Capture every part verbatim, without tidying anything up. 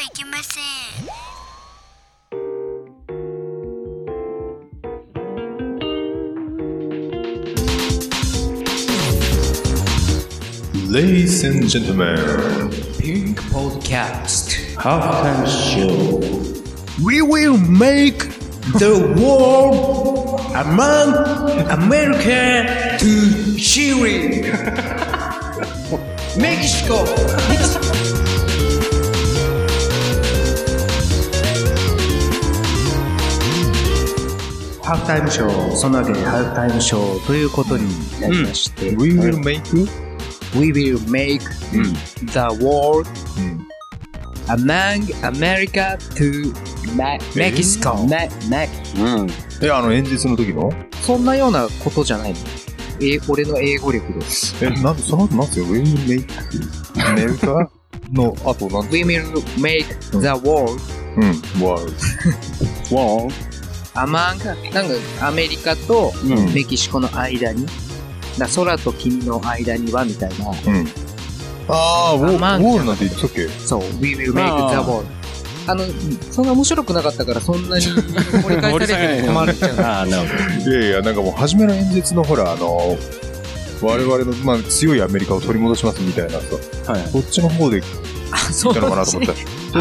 いけません。 Ladies and gentlemen, Pink Podcast halftime show. We will make the world among America to Chile Mexico ハーフタイムショー、そのわけでハーフタイムショーということになりまして、 うん、We will make We will make、うん、the world、うん、among America to Mexico、 えーうん、え、あの演説の時のそんなようなことじゃないの。え、俺の英語力です。 え、なんで、その後なんですよ We will make America の後なんで We will make the world、 うん、world world among なんかアメリカとメキシコの間に、だ空と君の間にはみたいな、うん、 ああ、ウォールなんて言ってたっけ。 そう、We will make the world。あの、そんな面白くなかったからそんなに掘り返されても困るっちゃうな。あ、なるほど。 いやいや、なんかもう初めの演説のほら、あの、我々の、まあ、強いアメリカを取り戻しますみたいなさ、はい、こっちの方で言ったのかなと思った。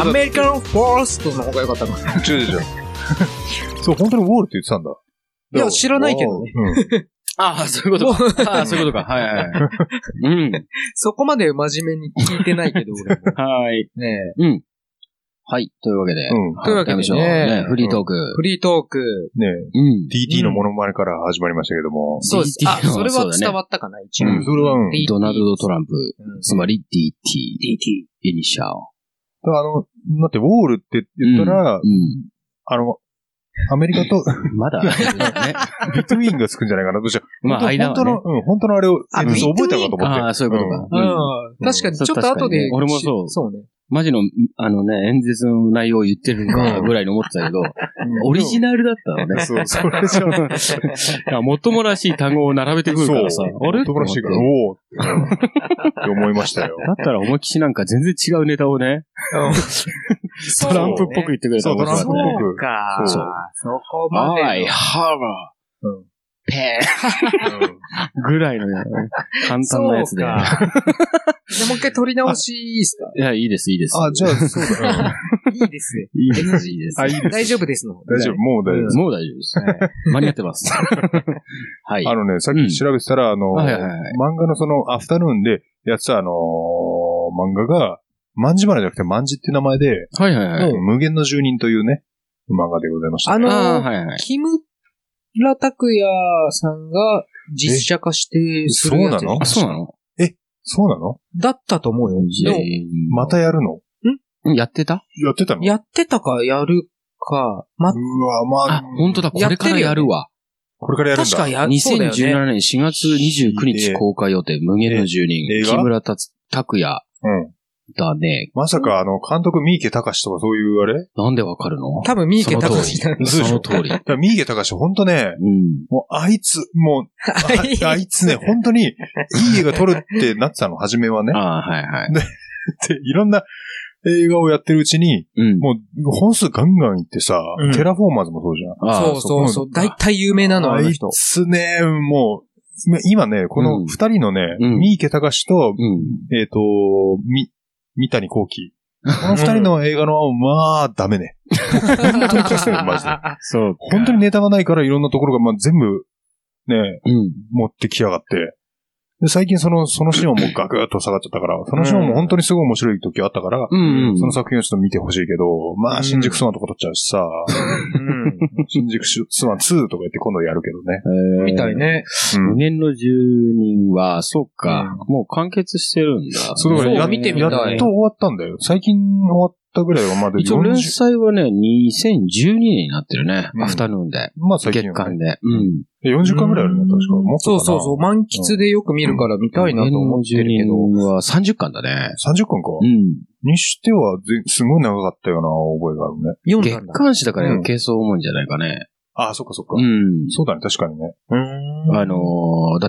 アメリカのフォーストの方が良かったのかな。 違う違う。そう、本当にウォールって言ってたんだ。 いや、知らないけどね。 ああ、そういうことか。ああ、そういうことか。はいはい。うん。 そこまで真面目に聞いてないけど、俺も。 はい。 ねえ。 うん。はい。というわけで。 うん。というわけでね。フリートーク。 フリートーク。 ねえ。うん。ティーティー のモノマネから始まりましたけども。 そうです。あ、それは伝わったかな、一応。 うん。それは、うん。 ドナルド・トランプ。つまり ディーティー。 ディーティー。 イニシャル。 あの、だってウォールって言ったら、あの、アメリカと、 まだ、 ビトゥインがつくんじゃないかな。どうしよう。 まあ、間はね。 本当の、うん、本当のあれを、覚えたのかと思って。 ああ、そういうことか。 うん。確かに、ちょっと後で。 俺もそう。 そうね。 マジの、あのね、演説の内容を言ってるのかぐらいに思ってたけど、オリジナルだったのね。 そう、それじゃもっともらしい単語を並べてくるからさ、 あれもっともらしいから、おーって思いましたよ。 だったら思いっきしなんか全然違うネタをね、トランプっぽく言ってくれたら面白かったね。 そうか。そう。そこまで。 はい、ハバー。うん。ペー。ぐらいの簡単なやつで。 じゃあもう一回取り直しいいですか？ いや、いいです、いいです。 あ、じゃあ、そうだ。 いいですね。 いいです、いいです。 あ、いいです。 大丈夫ですの。 大丈夫、もう大丈夫です。 もう大丈夫です。間に合ってます。はい。 あのね、さっき調べてたら、あの、漫画のその、アフタヌーンでやってたあの、漫画が、万事丸じゃなくて万事っていう名前で、 はいはいはい。 無限の住人というね、漫画でございました。 あの、キムラ拓也さんが実写化してするやつ。 そうなの？ そうなの？ え、そうなの？ だったと思うよ。 でも、またやるの？ ん？やってた？ やってたの？ やってたかやるか、 ま、うわ、まあ、本当だ、これからやるわ。 これからやるんだ。 確かやる。 にせんじゅうななねんしがつにじゅうくにち公開予定、無限の住人、木村拓哉。うん。だね。 まさか、あの、監督、三池隆とかそういうあれ？ なんでわかるの？ 多分、三池隆なんです。その通り。三池隆ほんとね、うん、もう、あいつ、もう、あ, あいつね、ほんとに、いい映画撮るってなってたの、初めはね。 ああ、はいはい。 で、でいろんな映画をやってるうちに、うん、もう、本数ガンガンいってさ、うん、テラフォーマーズもそうじゃん。 あそうそうそう。大体有名なの、あの人。 あいつね、もう、今ね、この二人のね、うん、三池隆と、うん、えっ、ー、と、み、三谷幸喜。この二人の映画の、まあ、ダメね。本当にカスね、マジで。 そう。 本当にネタがないからいろんなところが、まあ、全部、ね、うん、持ってきやがって。で、最近その、そのシーンはもうガクッと下がっちゃったから、そのシーンも本当にすごい面白い時あったから、うんうん、その作品をちょっと見てほしいけど、まあ、新宿スワンとか撮っちゃうしさ、うん、新宿スワンツーとか言って今度やるけどね。 みたいね。 無限の住人は、そっか、うん、もう完結してるんだ。 そう、そうや見てみたい。やっと終わったんだよ。最近終わったぐらいはまだ一応連載はね、にせんじゅうにねんになってるね。うん、アフタヌーンで。まあ最近、ね。月間で。うん。 よんじゅっかいぐらいあるね、確か。もっとかな。 そうそうそう。満喫でよく見るから見たいなと思ってるけど。 無限の住人はさんじゅっかんだね。 さんじゅっかんか。うん。にしてはぜ、すごい長かったような覚えがあるね。 よん月刊誌だから余計そう思うんじゃないかね。 ああ、そっかそっか。うん。そうだね、確かにね。 うん。あのー、だって、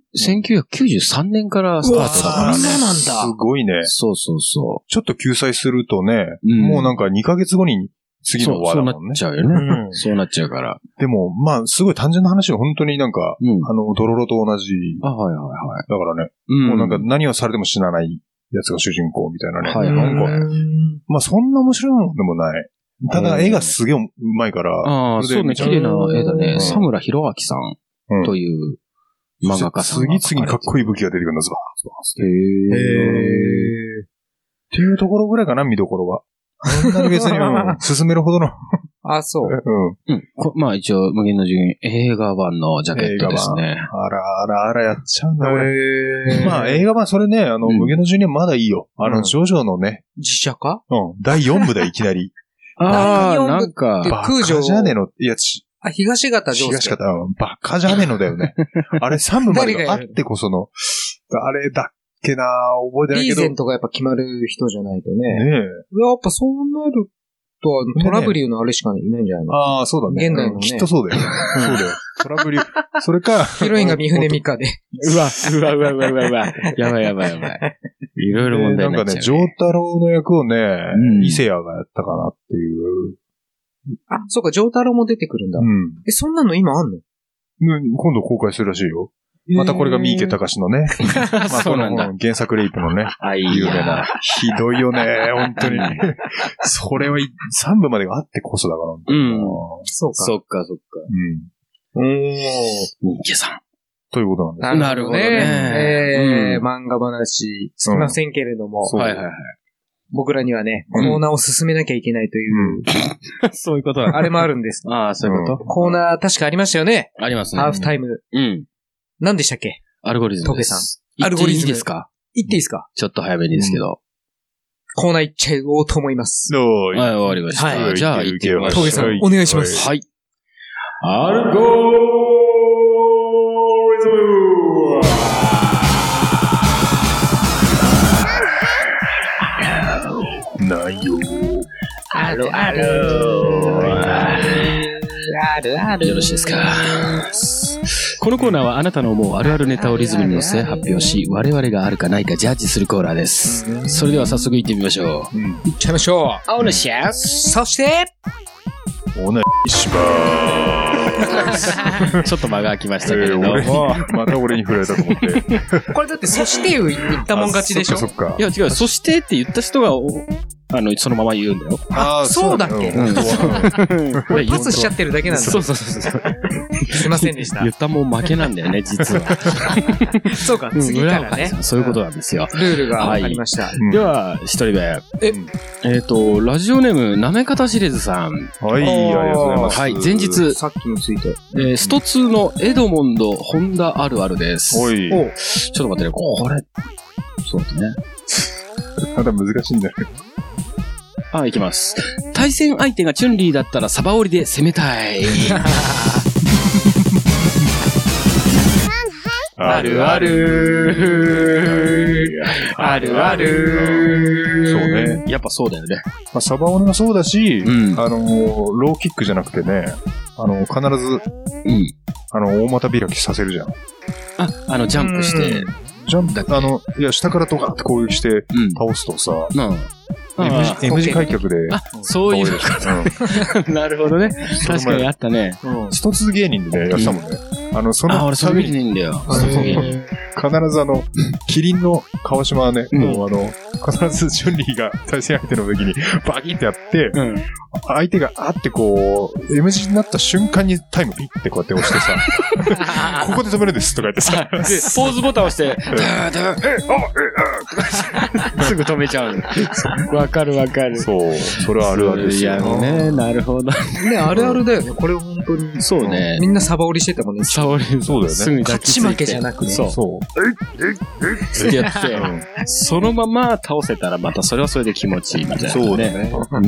せんきゅうひゃくきゅうじゅうさんねんからスタートだからね。 そうなんだ。 すごいね。 そうそうそう。 ちょっと救済するとね、 うん、 もうなんかにかげつごに次の輪だもんね。 そう、そうなっちゃうよね。うん、そうなっちゃうから。 でも、まあ、すごい単純な話は本当になんか、うん、あの、ドロロと同じ。 あ、はいはいはい。 だからね、うん、もうなんか何をされても死なないやつが主人公みたいなね。はいはいはい。なんか、まあそんな面白いものでもない。ただ絵がすげえうまいから。 ああ、そうね、綺麗な絵だね。佐村博明さんという漫画家さん。 次々にかっこいい武器が出てくるんですわ。へー。へー。っていうところぐらいかな、見どころは。そんなに別に進めるほどの。 あ、そう。 うん。 うん。まあ一応、無限の順映画版のジャケットですね。 あらあらあらやっちゃうんだ、俺。まあ映画版、それね、あの、無限の順にはまだいいよ。あの、ジョジョのね。 実写化？ うん。だいよん部だ、いきなり。 ああ、なんか、 バカじゃねえの。いや、ち、 あ、東方上手。 東方、うん。バカじゃねえのだよね。あれさん部までがあってこその、誰だっけな、覚えてないけど。 リーゼントがやっぱ決まる人じゃないとね。ねえ。やっぱそうなると、トラブリューのあれしかいないんじゃないの？ ああ、そうだね。 現代のね。 きっとそうだよ。そうだよ。トラブリュー。それか。 ヒロインが三船美佳で。 うわ、うわ、うわ、うわ、うわ、うわ。やばいやばいやばい。いろいろ問題になっちゃう、ね。なんかね、 ジョータロウの役をね、うん、伊勢谷がやったかなっていう。 あ、そうか、ジョータロウも出てくるんだ。うん。え、そんなの今あんの？ うん、今度公開するらしいよ。またこれが三池隆のね。まあそうなんだ。原作レイプのね。 あ、いい有名な。ひどいよね、本当に。それはさん部までがあってこそだから。 うん。 そうか。 そっか、そっか。 うん。おー。 三池さん。 ということなんですね。 なるほどね。えー、漫画話、つきませんけれども。 はいはいはい。 僕らにはね、コーナーを進めなきゃいけないという。 そういうことだ。 あれもあるんです。 ああ、そういうこと。 コーナー確かありましたよね。 ありますね。 ハーフタイム。 うん。 何でしたっけ？ アルゴリズムです。 トゲさん。アルゴリズム。 いいですか？ 言っていいですか？ ちょっと早めにですけど。 コーナー行っちゃおうと思います。 はい、 終わりました。はい。じゃあ行ってみましょう。 トゲさん、お願いします。 はい。アルゴリズム内容あるあるあるあるよろしいですか。このコーナーはあなたの思うあるあるネタをリズムに乗せ発表し、我々があるかないかジャッジするコーナーです。それでは早速行ってみましょう。 うん、行っちゃいましょう。 お願いします。 そしてお願いします。 ちょっと間が空きましたけれども、えー、また俺に振られたと思って。 これだってそして言ったもん勝ちでしょ。 そっかそっか。 いや違う、そしてって言った人があの、そのまま言うんだよ。 ああ、そうだっけ、うん、俺パスしちゃってるだけなんだ。 そうそうそうそう。 すいませんでした。 言ったもん負けなんだよね、実は。 そうか、次からね、 うん。そういうことなんですよ。 ルールがありました。はいうん、では、一人目。え、えっ、ー、と、ラジオネーム、なめかたしれずさん。 はい、ありがとうございます。 はい、前日。 さっきについて。 えー、ストツーのエドモンド、ホンダあるあるです。 おい。 ちょっと待ってね、これ。そうですね。 まだ難しいんだよ。 あ、いきます。対戦相手がチュンリーだったらサバ折りで攻めたい。あるあるあるあるそうね。 やっぱそうだよね。 まあ、サバ折りもそうだし、うん、あの、ローキックじゃなくてね、あの、必ず、うん、あの、大股開きさせるじゃん。 あ、あの、ジャンプして。 ジャンプ、あの、いや、下からドカーって攻撃して倒すとさ、うんうんM 字, M 字開脚で。 あ、そういうこと。なるほどね。確かにあったね。 一つ芸人でね、やったもんね。あの、その、 あ、俺それ見てないんだよ。 必ずあの、キリンの川島はね、もうあの、必ずチュンリーが対戦相手の時にバキってやって、相手があってこう、M 字になった瞬間にタイムピッてこうやって押してさ、ここで止めるんですとか言ってさ、 で、ポーズボタン押して、すぐ止めちゃうの。わかるわかる。 そう。それはあるあるですよ。 いやね、なるほど。 ね、あるあるだよね。これ本当に。 そうね。 みんなサバ折りしてたもんね。 サバ折り。そうだよね。すぐに勝ち負けじゃなくね。 そう。そう。ってやって、そのまま倒せたらまたそれはそれで気持ちいいみたいなね。 そうだね。 うん。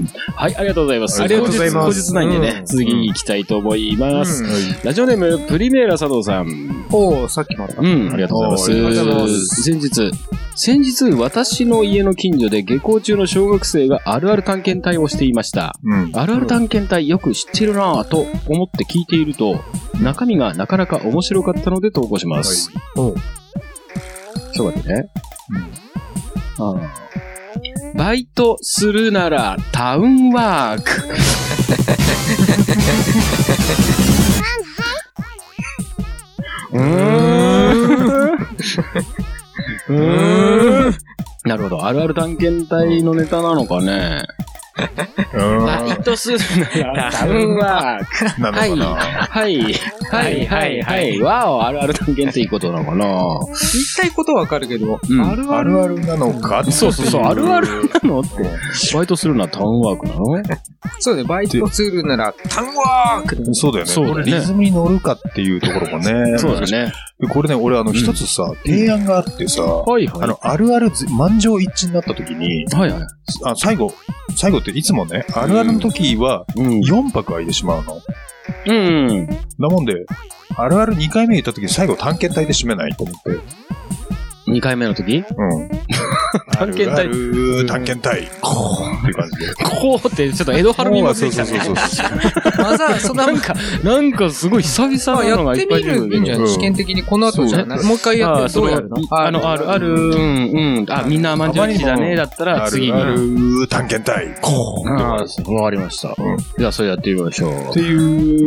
はい、ありがとうございます。 ありがとうございます。 後日内でね、次に行きたいと思います。ラジオネーム、プリメーラ佐藤さん。 おー、さっきの。 うん、ありがとうございます。ありがとうございます。先日、先日、私の家の近所で下校中の小学生があるある探検隊をしていました。うん、あるある探検隊よく知ってるなぁと思って聞いていると、中身がなかなか面白かったので投稿します。はい、ちょっと待ってね。うん、あバイトするならタウンワーク。うーん。うーん。なるほど。あるある探検隊のネタなのかね。バイトするならタウンワーク。なるほど。はい。はい。はい。はい。わお、あるある探検っていいことなのかな。 言いたいことはわかるけど、 うん、あるあるあるなのか。 そうそうそう。あるあるなのって。バイトするならタウンワークなのそうね。バイトするならタウンワーク。 そうだよね。そうだね。リズムに乗るかっていうところもね。 そうだね。 これね、俺あの一つさ、うん、提案があってさ、はいはい。あの、あるある満場一致になった時に、はいはい。あ、最後、最後っていつもね、あるあるの時はよんぱく空いてしまうの。うん。だもんで、あるあるにかいめ言った時に最後探検隊で締めないと思って。 にかいめの時うん。探検隊。 あるある探検隊。こうっていう感じで。 こうってちょっと江戸晴美もついたね。そうそうそうそう。 まざ、そんな、 なんか、なんかすごい久々なのがいっぱい出るんで。 やってみるんじゃない試験的にこの後じゃないもう一回やってどうやるのあの、あるある、うん、うん。あ、みんなまんじゅう好きだね。だったら次に。 あるある探検隊。こう。 ああ、わかりました。じゃあそれやってみましょう。 っていう、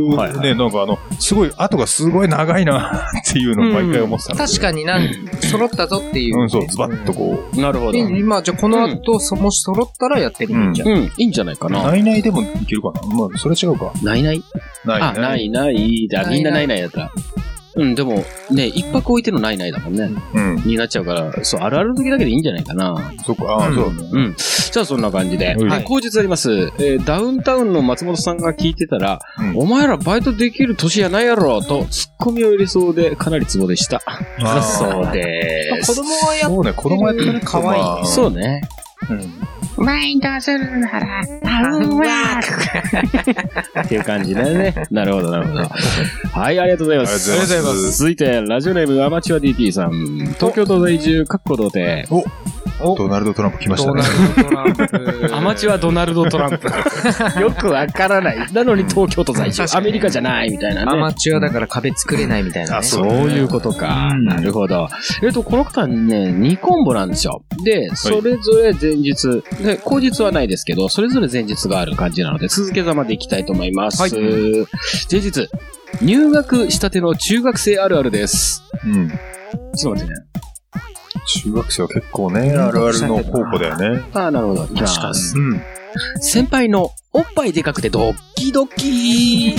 ね、なんかあの、すごい、後がすごい長いなっていうのを毎回思ってた。 確かになん、揃ったぞっていう。 うん、そう。ズバッとこう。なるほど。 今、じゃあこの後、うん、もし揃ったらやってみるんじゃん。 うん、いいんじゃないかな。 ないないでもいけるかな。まあ、それ違うか。 ないないないない。 あ、ないないだ。みんなないないだった。うん、でも、ね、一泊置いてのないないだもんね。うん。になっちゃうから、そう、あるあるの時だけでいいんじゃないかな。 そっか、ああ、そうだね。 うん。じゃあそんな感じで。はい。口実あります。えー、ダウンタウンの松本さんが聞いてたら、お前らバイトできる年やないやろ、と、ツッコミを入れそうで、かなりツボでした。だそうでーす。子供はやってる。そうね、 子供やってるかわいい。 そうね。うん。バイトするなら、タウンワークっていう感じだね。なるほど、なるほど。はい、ありがとうございます。 ありがとうございます。 続いて、ラジオネームアマチュア ディーティー さん。東京都在住、かっこ童貞。 おドナルド・トランプ来ましたね。 ドナルド・トランプ。 アマチュアドナルド・トランプ。よくわからない。なのに東京都在住。アメリカじゃないみたいなね。 アマチュアだから壁作れないみたいな、ね。 あ、そういうことか。なるほど。えっと、この方ね、にコンボなんですよ。で、それぞれ前日。で、後日はないですけど、それぞれ前日がある感じなので、続けざまでいきたいと思います。はい、前日、入学したての中学生あるあるです。うん。ちょっと待ってね。 中学生は結構ね、あるあるの宝庫だよね。 ああ、なるほど。確かに。うん。先輩のおっぱいでかくてドッキドキー。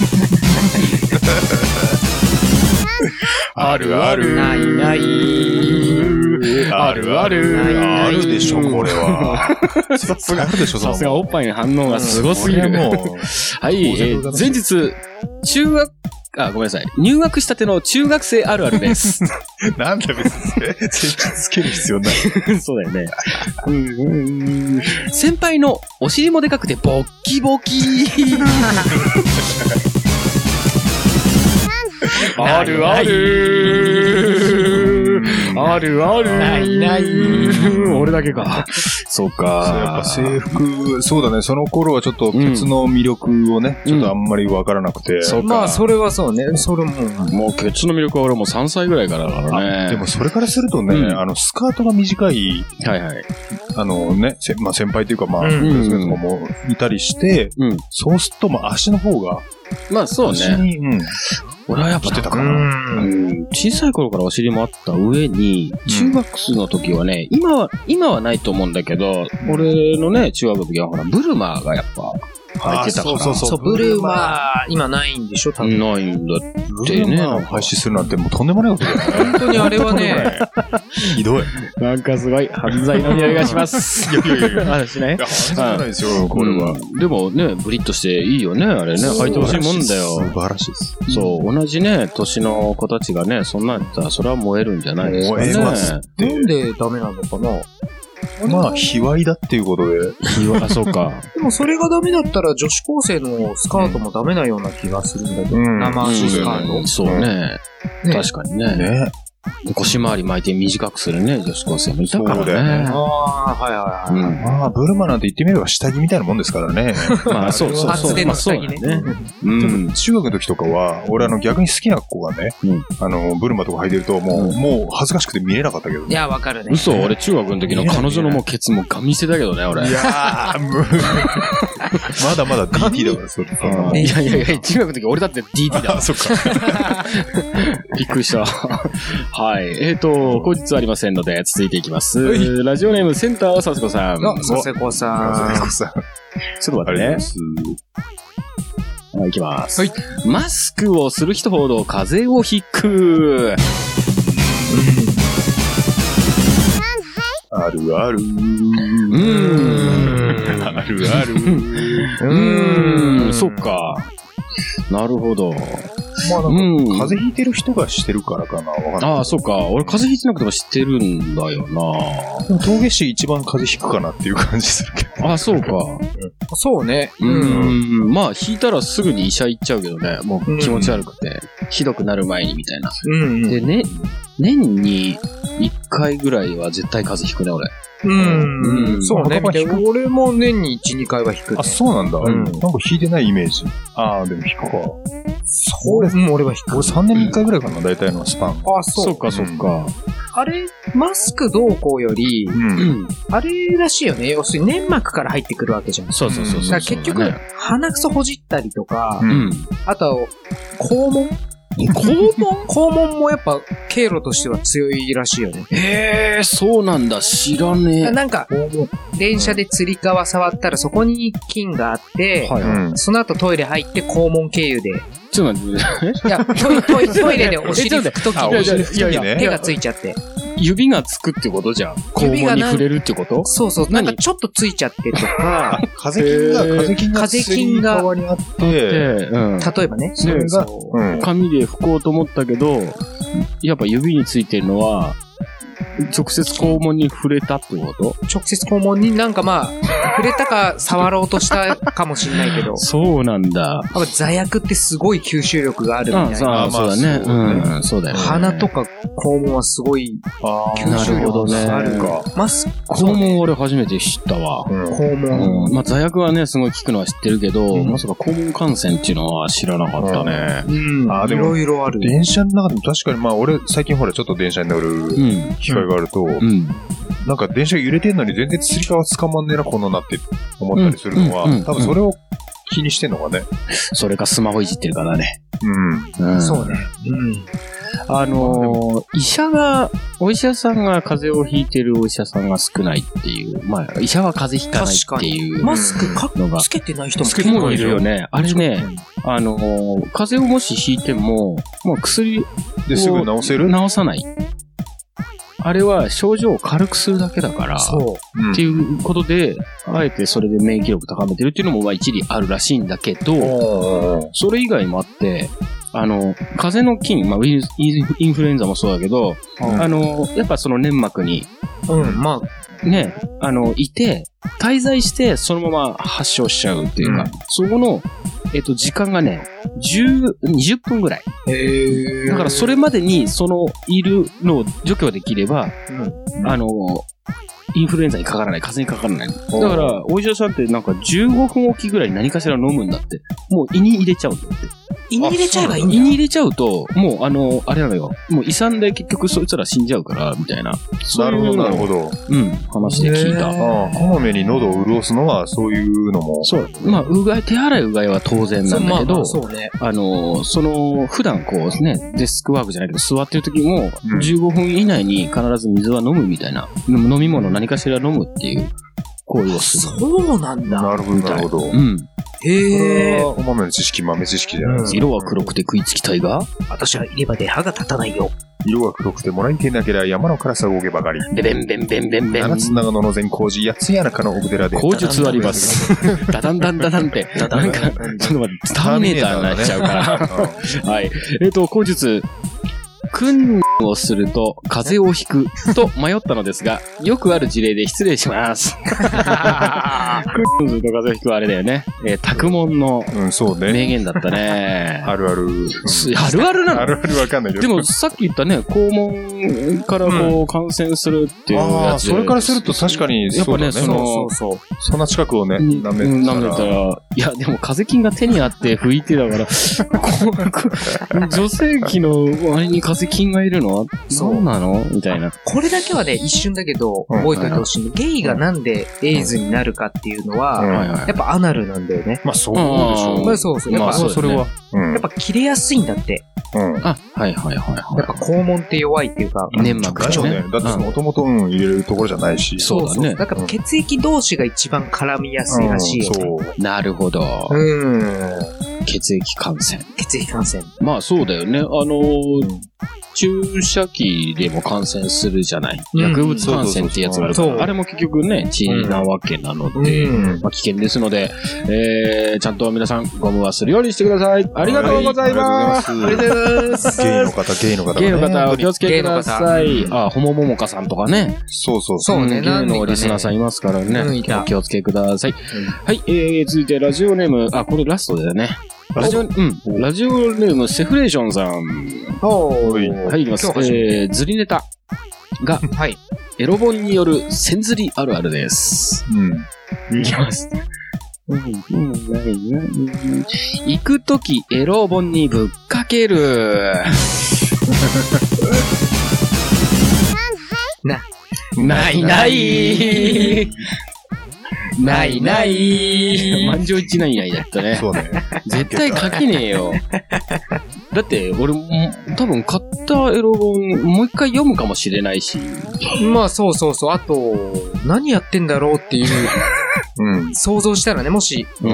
あるある。 ないない。 あるある。あるでしょ、これは。 さすが、さすがおっぱいの反応がすごすぎる。はい、えー、前日、中学、あ、ごめんなさい。入学したての中学生あるあるです。 なんだ別に、つける必要ない。 そうだよね。うんうん、先輩のお尻もでかくてボッキボキあるあるあるあるないない俺だけか。そうか。 やっぱ制服、そうだね。その頃はちょっとケツの魅力をね、うん、ちょっとあんまりわからなくて。 そうか。まあ、それはそうね。それも。 もうケツの魅力は俺もうさんさいぐらいからだからね。 でもそれからするとね、うん、あの、スカートが短い。 はいはい。 あのね、せまあ先輩というかまあ、うん、もいたりして、うん、そうするとまあ足の方が。 まあそうね。 足に、うん。 俺はやっぱ、たかな、うん、小さい頃からお尻もあった上に、中学の時はね、うん、今は、今はないと思うんだけど、うん、俺のね、中学の時はほら、ブルマーがやっぱ、入ってたから。 そうそうそう。ブルマー、今ないんでしょ多分。 ないんだってね。 ブルマーを廃止するなんてもうとんでもないことだよね。 本当にあれはね、 ひどい。 なんかすごい、犯罪の匂いがします。 いやいやいや。 話ね。 いや、犯罪じゃないですよ、これは。 でもね、ブリッとしていいよね、あれね。履いてほしいもんだよ。 素晴らしいです。 そう、同じね、年の子たちがね、そんなんやったら、それは燃えるんじゃないですかね。 燃えますって。 なんでダメなのかなまあ、卑猥だっていうことで。 卑猥、あ、そうか。 でもそれがダメだったら女子高生のスカートもダメなような気がするんだけど。うん、生足スカート。 うん、そうね。ね、確かにね。ね、腰回り巻いて短くするね、女子高生もいたからね。そうだよね。 ああ、はいはいはい。 うん、まあ、ブルマなんて言ってみれば下着みたいなもんですからね。 まあ、そうそうそう。 厚手の下着ね。まあ、ね。 うん。中学の時とかは、俺あの逆に好きな子がね、うん、あの、ブルマとか履いてるともう、うん、もう恥ずかしくて見れなかったけど、ね。 いや、わかるね。 嘘、俺中学の時の彼女のもうケツもガン見せたけどね、俺。 いやー、むまだまだ ディーティー だから、それ。 いやいやいや、中学の時俺だって ディーティー だ。 あ、そっか。 びっくりした。はい。えっと、後日ありませんので、続いていきます。はい、ラジオネーム、センター、さすこさん。 あ、さすこさん。 さすこさん。 ちょっと待ってね。はい、いきます。はい。マスクをする人ほど風邪をひく。 あるある。うーん。あるある。うーん。そっか。なるほど。 まあなんか、うん、風邪ひいてる人がしてるからかな、わかんない。 ああ、そうか。俺風邪ひいてなくても知ってるんだよな。 でも峠師一番風邪ひくかなっていう感じするけど。 ああ、そうか。 そうね。 うん。まあ、ひいたらすぐに医者行っちゃうけどね。もう気持ち悪くて。うん、ひどくなる前にみたいな。うん、でね、年にいっかいぐらいは絶対風邪ひくね、俺。 うん。うん、そうね。俺も年にいち、にかいは引く、ね。 あ、そうなんだ。うん。なんか引いてないイメージ。ああ、でも引くか。 そう、うん、俺は引く。 俺さんねんにいっかいぐらいかな、大体のスパン。 あ、そう。 そうか、そうか。 あれ、マスクどうこうより、うん、あれらしいよね。要するに粘膜から入ってくるわけじゃん。 そうそうそうそう。 だから結局、鼻くそほじったりとか、うん、あと、肛門肛門肛門もやっぱ経路としては強いらしいよね。 へー、そうなんだ。知らねえ。 なんか、電車でつり革触ったらそこに菌があって、はいはい、その後トイレ入って肛門経由で。 ちょっと待って。 いや、トイトイトイレでお尻拭くときに手がついちゃって。 指がつくってことじゃん。肛門に触れるってこと？ そうそう。なんかちょっとついちゃってとか。 風邪菌が、風邪菌が、 風邪菌が、 側にあって、 うん、例えばね。 それが、うん、紙で拭こうと思ったけど、やっぱ指についてるのは、直接肛門に触れたってこと？ 直接肛門になんかまあ、触れたか触ろうとしたかもしれないけど。 そうなんだ。 座薬ってすごい吸収力があるみたいな。 ああ、そうだね。うん、そうだよね。 鼻とか肛門はすごい吸収力があるか。マスク。 肛門俺初めて知ったわ。 肛門。 まあ座薬はね、すごい効くのは知ってるけど、まさか肛門感染っていうのは知らなかったね。 うん。あ、でもいろいろある。 電車の中でも確かにまあ俺最近ほらちょっと電車に乗る機会があると、うん、なんか電車揺れてんのに全然つり革捕まんねえなこのなって思ったりするのは、うんうん、多分それを気にしてんのかね。 それかスマホいじってるからね。 うん。うん、そうね。うん。 あのー、医者が、お医者さんが風邪をひいてるお医者さんが少ないっていう。まあ、医者は風邪ひかないっていう。 マスクかつけてない人も結構いるよね。あれね、あのー、風邪をもしひいても、もう薬ですぐ治せる？ 治さない。あれは症状を軽くするだけだから、そう。うん、っていうことで、あえてそれで免疫力高めてるっていうのもまあ一理あるらしいんだけど、それ以外もあって、あの、風邪の菌、まあ、インフルエンザもそうだけど、うん、あの、やっぱその粘膜に、 うん、まあ、ね、あの、いて、滞在してそのまま発症しちゃうっていうか、うん、そこの、えっと、時間がね、じゅう、にじゅっぷんぐらい。 へー。 だからそれまでに、その、いるのを除去できれば、うん、あの、インフルエンザにかからない、風邪にかからない。だから、お医者さんってなんかじゅうごふんおきぐらい何かしら飲むんだって。もう胃に入れちゃうんだって。 胃に入れちゃえばいいんだ。 胃に入れちゃうと、もうあの、あれなのよ。もう胃酸で結局そいつら死んじゃうから、みたいな。 なるほど、なるほど。 うん、話で聞いた。 ああ、こまめに喉を潤すのはそういうのも。 そう。まあ、うがい、手洗いうがいは当然なんだけど、 そうね。 あの、その、普段こうね、デスクワークじゃないけど、座ってる時も、じゅうごふん以内に必ず水は飲むみたいな。飲み物何かしら飲むっていう行為をする。 そうなんだ。 なるほど、なるほど。 うん。 へえ。 お豆の知識、豆知識じゃないですか。 色は黒くて食いつきたいが、 私は入れ歯で歯が立たないよ。 色が黒くてもらいてなけりゃ山の辛さを動けばかり。 ベベンベンベンベンベン。 七つ長野の善光寺、八谷中の奥寺で。 口述あります。ダダンダンダダンって。なんか、ちょっと待って、ターミネーターになっちゃうから。はい。えっと、口述。 クンをすると風邪をひくと迷ったのですが、よくある事例で失礼します。クンをすると風邪をひくはあれだよね。えー、宅門の名言だったね。 あるある。 あるあるなの？ あるあるわかんないけど。 でもさっき言ったね、肛門からこう感染するっていうやつで、うん、あそれからすると確かにやっぱね、その、 そうそうそう。そんな近くをね、舐めたら。舐めたら、いや、でも風邪菌が手にあって拭いてだから、女性器の割に風邪菌がいるのはそうなのみたいな。 これだけはね、一瞬だけど、覚えておいてほしい、うん。ゲイがなんでエイズになるかっていうのは、うん、やっぱアナルなんだよね。 まあそうでしょう。 まあそうそう。やっぱ、まあ、 それは、 うん。やっぱ切れやすいんだって。 うん。あ、はいはいはい、はい。 やっぱ肛門って弱いっていうか、 粘膜がね。だってもともとうん入れるところじゃないし。 そうだね。だから血液同士が一番絡みやすいらしいよね。 うん、そう。なるほど。 うん。 血液感染。 血液感染。 まあそうだよね。あのー、うん注射器でも感染するじゃない。うん、薬物感染ってやつがあるから、あれも結局ね、血なわけなので、うんまあ、危険ですので、えー、ちゃんと皆さんゴムはするようにしてください。ありがとうございます。 ありがとうございます。 ゲイの方、ゲイの方、ね。 ゲイの方、お気をつけください。あ、ホモモモカさんとかね。 そうそうそう。そうね。 ゲイのリスナーさんいますからね。うん、お気をつけください。うん、はい、えー、続いてラジオネーム、あ、これラストだよね。ラジオ、うん。ラジオネーム、セフレーションさん。 おー。 はい、いきます。えー、ずりネタが、はい。エロ本による線ずりあるあるです。うん。いきます。行くときエロ本にぶっかける。 な、 ないないないない。満場一致ないないだったね。 そうね。 絶対書けねえよ。だって、俺も、多分買ったエロ本、もう一回読むかもしれないし。 まあ、そうそうそう。あと、何やってんだろうっていう、うん、想像したらね、もし。 うん、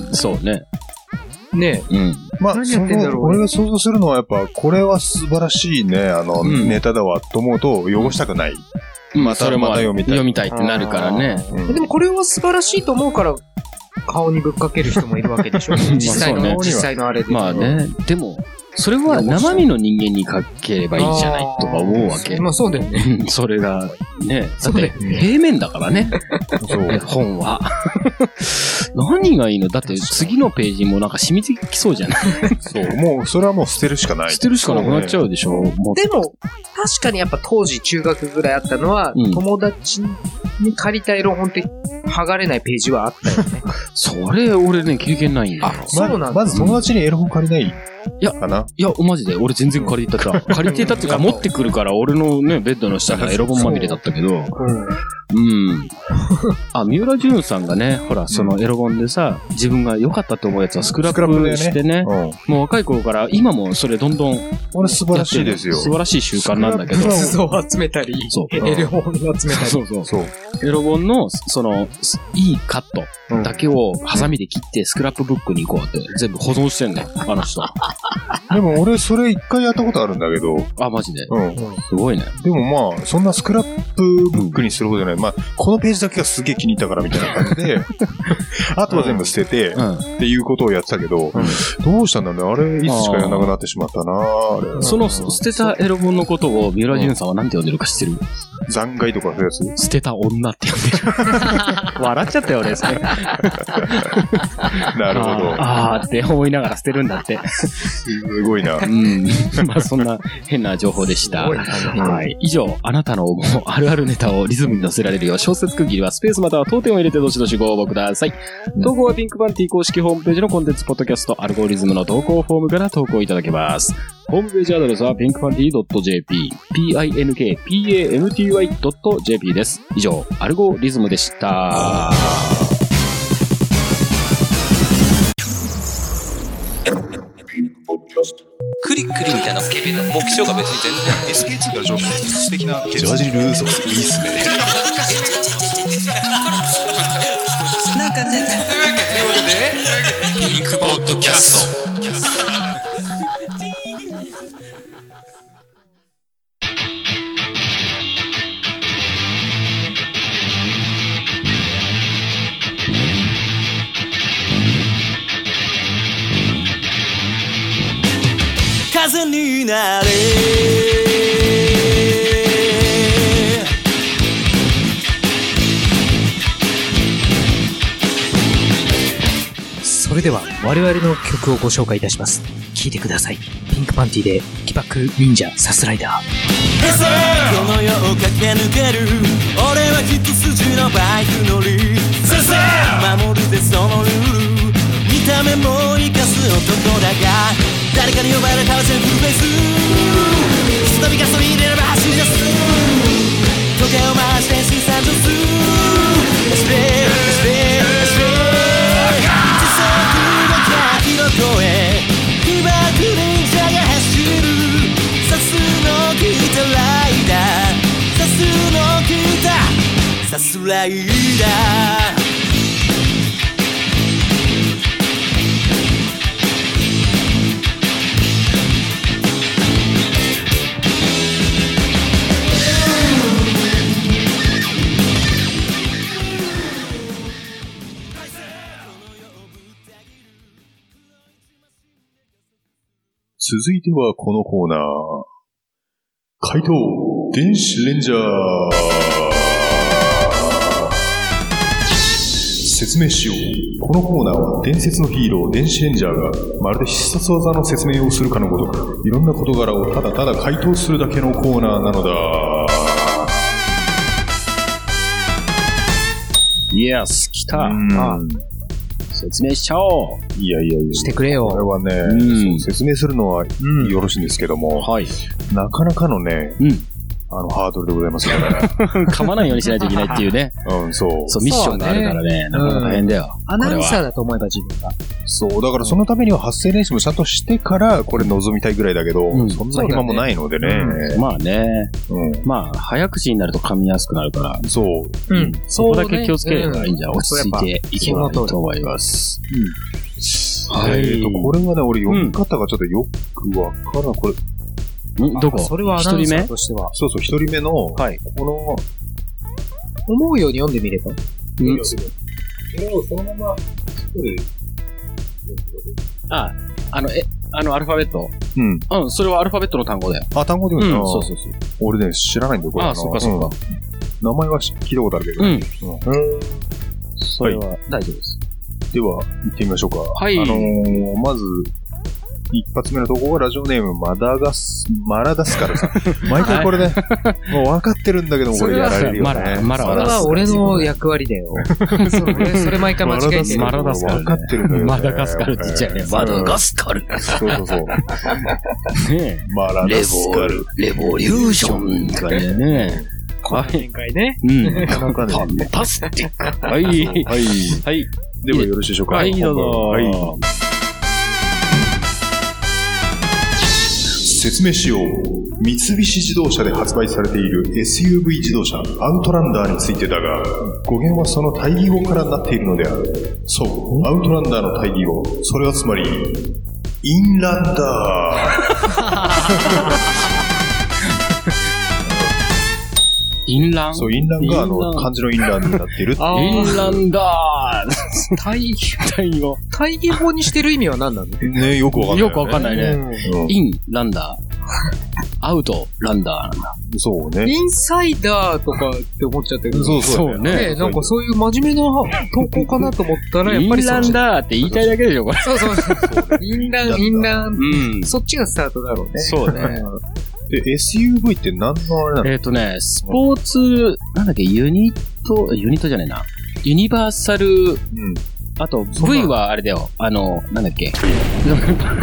そうね。 ねえ。うん。まあ、何やってんだろう。俺が想像するのはやっぱ、これは素晴らしいね、あの、うん、ネタだわ、と思うと、汚したくない。 まあ、それも読みたい。読みたいってなるからね。 うん、でもこれは素晴らしいと思うから、顔にぶっかける人もいるわけでしょ。実際の、まあね、実際のあれで。 まあね。でも、それは生身の人間にかければいいじゃないとか思うわけ。 まあそうだよね。 それが、ね。だって平面だからね。そう。本は。何がいいの？だって次のページもなんか染みつきそうじゃない？ そう。もう、それはもう捨てるしかない。 捨てるしかなくなっちゃうでしょ。 ね、でも、確かにやっぱ当時中学ぐらいあったのは、うん、友達に借りたエロ本って剥がれないページはあったよね。 それ、俺ね、経験ないんだよ。 あ、そうなんだ。 まず友達にエロ本借りない。 いや、いや、マジで、俺全然借りてた。借りてたっていうか、持ってくるから、俺のね、ベッドの下がエロ本まみれだったけど、うん。あ、三浦淳さんがね、ほら、そのエロ本でさ、自分が良かったと思うやつはスクラップしてね、もう若い頃から、今もそれどんどん、 俺素晴らしいですよ。 素晴らしい習慣なんだけど。 仏像を集めたり、エロ本を集めたり。 そうそうそう。エロ本の、その、いいカットだけをハサミで切ってスクラップブックに行こうって全部保存してんねん、あの人。 でも俺それ一回やったことあるんだけど。 あ、マジで？うん。すごいね。 でもまあ、そんなスクラップブックにするほどじゃない。まあ、このページだけがすげえ気に入ったからみたいな感じで、あとは全部捨てて、っていうことをやってたけど、どうしたんだろうね。あれ、いつしかやらなくなってしまったなあれ。 その捨てたエロ本のことを三浦淳さんは何て呼んでるか知ってる？ 残骸とかそういうやつ？ 捨てた女って呼んでる。笑っちゃったよ、俺、それ。 なるほど。 あーって思いながら捨てるんだって。 すごいな。 うん。まあそんな変な情報でした。はい。以上、あなたの思うあるあるネタをリズムに乗せられるよう小説区切りはスペースまたは当店を入れてどしどしご応募ください。投稿はピンクパンティ公式ホームページのコンテンツポッドキャストアルゴリズムの投稿フォームから投稿いただけます。ホームページアドレスは ピンクパンティードットジェーピー、ピーアイエヌケーピーエーエヌティーワイドットジェーピー です。以上、アルゴリズムでした。 クリックリみたいなスケベな目標が別に全然 エスケーツー が上手素敵なジャージルーソースいいっすね。なんかね、というわけでピンクポッドキャスト。風になれれでは我々の曲をご紹介いたします。聴いてください。ピンクパンティで起爆忍者サスライダー。 この世を駆け抜ける俺は一筋のバイク乗り守るぜそのルール見た目も生かす男だが誰かに呼ばれたら全フルフェイススタビガソリン入れれば走り出す時計を回して新参上す走れ走れ走れ時速ごひゃくキロ超え起爆忍者が走るさすの効いたライダーさすの効いたさすライダー続いてはこのコーナー。怪盗電子レンジャー。説明しよう。このコーナーは伝説のヒーロー電子レンジャーがまるで必殺技の説明をするかのごとく、いろんな事柄をただただ回答するだけのコーナーなのだ。 イエス、来た。説明しちゃおう。 いやいやいや。 してくれよ。 これはね、うん、そう説明するのはよろしいんですけども、うん、はい、なかなかのね、うん、あの、ハードルでございますよね。 噛まないようにしないといけないっていうね。 うん、そう。 そう、ミッションがあるからね、なかなか大変だよ。 アナウンサーだと思えば自分が。 そう、だからそのためには発声練習もちゃんとしてから、これ望みたいぐらいだけど、うん、そんな暇もないのでね。 うん、まあね、うん。まあ、早口になると噛みやすくなるから。 そう。 うん。そこだけ気をつければいいんじゃん。落ち着いていけばいいと思います。 うん。はい。えっと、これはね、俺読み方がちょっとよくわからん。これ、 んどこそれはアナウンサーとしては。 そうそう、一人目の、はい。この、 思うように読んでみれば。うん。 それをそのまま、 あ、あの、え、あの、アルファベットうん。うん、それはアルファベットの単語だよ。 あ、単語で言うんだ。 うん、そうそうそう。 俺ね、知らないんだよ、これ。 あ、そっかそっか。 名前は聞いたことあるけど。うん。うん。 それは大丈夫です。 では、行ってみましょうか。 はい。 あのー、まず、一発目のとこがラジオネームマダガス、マラダスカルさん。毎回これね、もう分かってるんだけども、これやられるよね。 マラ、マラ。それは俺の役割だよ。それ、それ毎回間違えてる。 マラダスカル。 分かってるんだよね。 マダガスカルって言っちゃうね。マダガスカル。 そうそうそう。ねマラダスカル。 レボリューションって感じだね。 展開ね。 うん。 なんかね。 ファンタスティック。はい。 はい。 はい。 ではよろしいでしょうか。 はい、どうぞ。はい。 説明しよう。三菱自動車で発売されている エスユーブイ 自動車アウトランダーについてだが、語源はその対義語からなっているのである。そう、アウトランダーの対義語。それはつまり、インランダー。 インランそう、インランがあの、漢字のインランになっているっていう。 インランダー対義、対義語。対義語にしてる意味は何なのね、よくわかんない、ね。 よくわかんないね。うん、イン、ランダー。アウト、ランダーなんだ。 そうね。 インサイダーとかって思っちゃってる。 そうそうね。 ねなんかそういう真面目な投稿かなと思ったら、やっぱりインランダーって言いたいだけでしょ、これ。 そうそうそう。インラン、インラン。うん。そっちがスタートだろうね。 そうね。 で、エスユーブイ って何のあれなの？ えっとね、スポーツ、なんだっけ、ユニット、ユニットじゃないな。ユニバーサル、うん、あと V はあれだよ。あの、なんだっけ。違う違う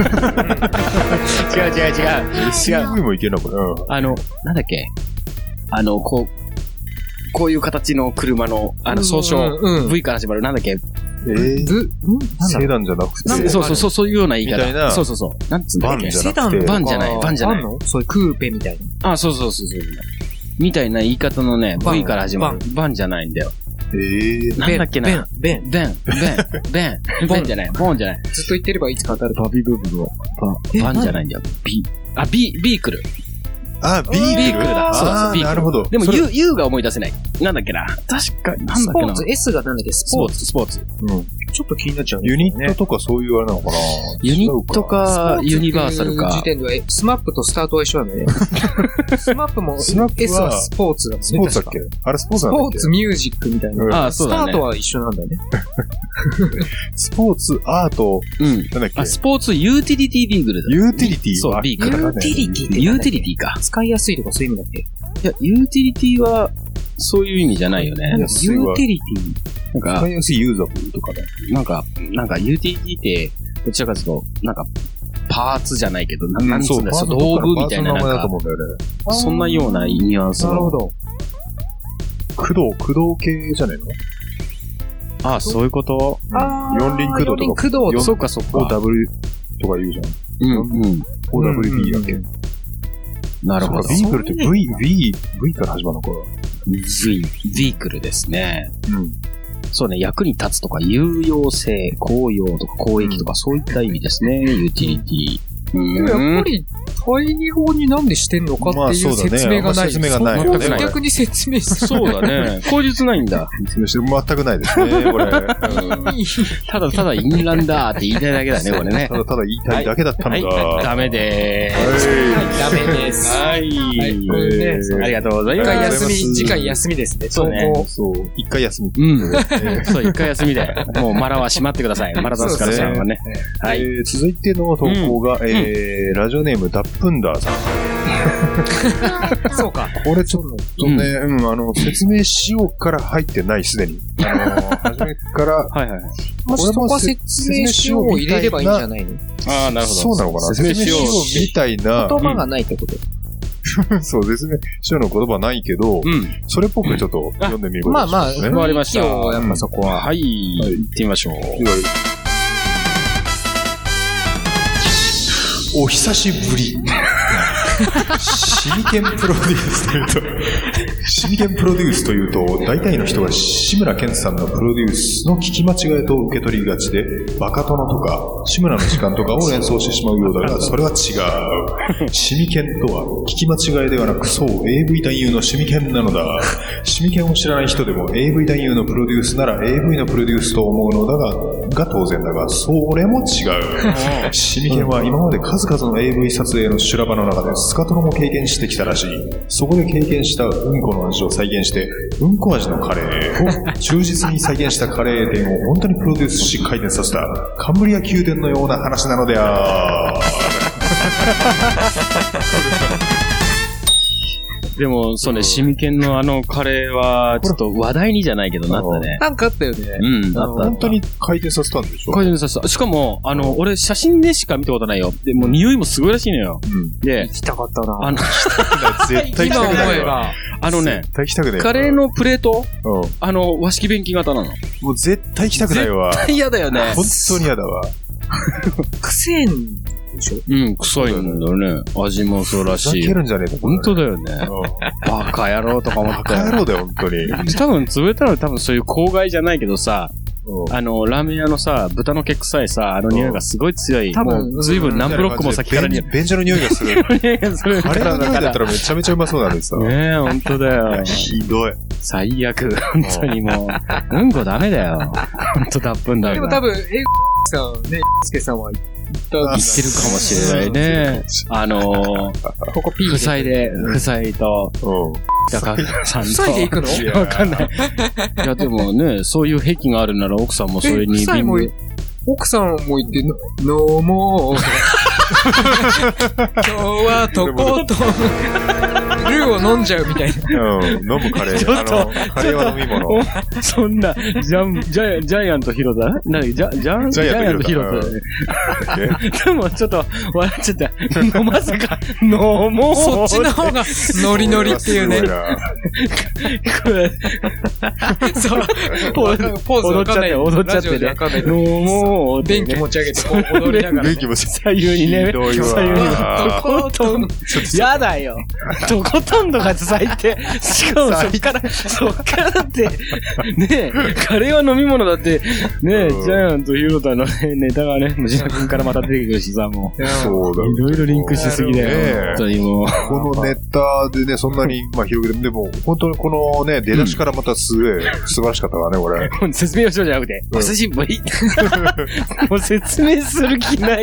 違う。 エスユーブイ もいけんのこれ。うん。 あの、なんだっけ。あの、こう、こういう形の車の、あの、総称、うんうん、V から始まる、なんだっけ。 えー、ブ、んセダンじゃなくて。 そうそうそう、そういうような言い方。みたいな。そうそうそう。なんつうんだっけ。 セダンバンじゃない、バンじゃない。 そういうクーペみたいな。あ、そうそうそうそう。みたいな言い方のね、V から始まる。バンじゃないんだよ。 えー、 なんだっけな。 ベン、 ベン、ベン、ベン、ベン、ベンじゃない、ボンじゃない。 ずっと言ってればいつか当たる。 バビブブの、バンじゃないんだよ。ビ、あ、ビ、ビークル。 あ、ビークル。 ビークルだ。そうそう、ビークル。 なるほど。 でも U、U が思い出せない。なんだっけな。確か、なんだっけな。 スポーツ、S がなんだっけ、スポーツ。 スポーツ、スポーツ。 うん。 ちょっと気になっちゃうね。 ユニットとかそういうあれなのかな。 ユニットか、ユニバーサルか。 時点では、スマップとスタートは一緒なんだよね。スマップも、 スマップは S はスポーツだもんね。 スポーツだっけあれスポーツなんだっけスポーツ、ミュージックみたいな。 ああ、そうだね。 スタートは一緒なんだね。 スポーツ、アート、 うん。 なんだっけあ、スポーツユーティリティビーグルだ。 ユーティリティそう、ビーグル。 ユーティリティってユーティリティか。 使いやすいとかそういう意味だっけ？ いや、ユーティリティは、そういう意味じゃないよね。 ユーティリティなんか使い、やすいユーザブルとかね。 なんか、なんかユーティリティって、どちらかというと、なんか、パーツじゃないけど、ななんつうんだよ、道具みたいな、なんか、そんなようなニュアンスの。 なるほど。 駆動、駆動系じゃねえの？ ああ、そういうこと？ あ四輪駆動とか。 四輪駆動。 そうか、そうか。 フォーダブリュー とか言うじゃん。 うん、うん。 フォーダブリュービー だっけ？ なるほど。 ビークルって V、V、V から始まるのか。 V、ビークルですね。 うん。 そうね、役に立つとか、有用性、公用とか公益とか、そういった意味ですね、ユーティリティ。 でもやっぱり、対義語になんでしてんのかっていう説明がない。 説明がない。 逆に説明してそうだね。口述ないんだ。 説明して全くないですね、これ。 ただただインランダーって言いたいだけだね、これね。 ただただ言いたいだけだったのが。 ダメでーす。 ダメです。 はい。ありがとうございます。 一回休み、次回休みですね。 そうね。 そう。一回休み。 うん。そう、一回休みで。もうマラは閉まってください。マラダスカルさんはね。はい。 続いての投稿が、えー、ラジオネームダップンダーさん。 そうか。 これちょっとね、うん、あの、説明しようから入ってない、すでに。あの、初めから、 はいはい。 もしそこは説明しようを入れればいいんじゃないの？ ああ、なるほど。 そうなのかな。説明しようみたいな。 言葉がないってこと？ そう、説明しようの言葉ないけど、 うん。 それっぽくちょっと読んでみることまあまあ、 ね。 わかりました。 やっぱそこは。 はい。行ってみましょう。 お久しぶり。シミケンプロデュースというと、シミケンプロデュースというと、大体の人が志村けんさんのプロデュースの聞き間違いと受け取りがちで、バカ殿とか、志村の時間とかを連想してしまうようだが、それは違う。シミケンとは、聞き間違いではなく、そう、エーブイ 男優のシミケンなのだ。シミケンを知らない人でも、エーブイ 男優のプロデュースなら、エーブイ のプロデュースと思うのだが、が当然だが、それも違う。シミケンは今まで数々の エーブイ 撮影の修羅場の中で、スカトロも経験してきたらしい。そこで経験したうんこの味を再現して、うんこ味のカレーを忠実に再現したカレー店を本当にプロデュースし回転させたカンブリア宮殿のような話なのである。 でも、そうね、シミケンのあのカレーは、ちょっと話題にじゃないけどなったね。 なんかあったよね。 うん、あった。 本当に回転させたんでしょ？ 回転させた。しかも、あの、俺写真でしか見たことないよ。で、もう匂いもすごいらしいのよ。 うん。 で、 行きたかったな。 あの、 絶対行きたくないわ。 あのね、 絶対行きたくない。 カレーのプレート、 うん。 あの、和式便器型なの。 もう絶対行きたくないわ。 絶対嫌だよね。 本当に嫌だわ。 くせんでしょ？ うん、臭いんだよね。味もそうらしい。 ふざけるんじゃねえか。 本当だよね。バカ野郎とか思って。 バカ野郎だよ、本当に。 多分、潰れたのは多分そういう公害じゃないけどさ、あの、ラーメン屋のさ、豚の毛臭いさ、あの匂いがすごい強い。もう、ずいぶん何ブロックも先からに。 便所の匂いがする。カレーの匂いだったらめちゃめちゃうまそうなのにさ。 ねえ、ほんとだよ。 ひどい。 最悪。本当にもう。うんこダメだよ。ほんと脱粉だよ。 でも多分、えさんね、すけさんは言ってるかもしれないね。あのー、 ここ P 夫妻で、夫妻と、高さんと。 夫妻で行くの？ わかんない。いや、でもね、そういう癖があるなら奥さんもそれに。 夫妻も、奥さんも言って、の、もう、今日はとことん、ルーを飲んじゃうみたいな。 うん、飲むカレー。あの、カレーは飲み物。 そんな、ジャン、ジャイ、ジャイアントヒロだなに、ジャ、ジャン、ジャイアントヒロだね。でも、ちょっと、笑っちゃった。飲ませか、飲もう。 そっちの方が、ノリノリっていうね。 これ、 そう、ポーズわかんない。 踊っちゃってね。飲もう。 電気持ち上げて、こう踊りながら。 電気持ち左右にね。左右に。とことん。やだよ。とこほとんどが最低。しかもそっから、そっからだって、ねえ、カレーは飲み物だって、ねえ、ジャイアントヒロタのね、ネタがね、藤田君からまた出てくるしさ、もう。 そうだ。 いろいろリンクしすぎだよ。本当にもう。 このネタでね、そんなに、まあ広げて、でも、本当にこのね、出だしからまたすげえ素晴らしかったからね、これ。 説明をしようじゃなくて、お寿司もいい。もう説明する気ない。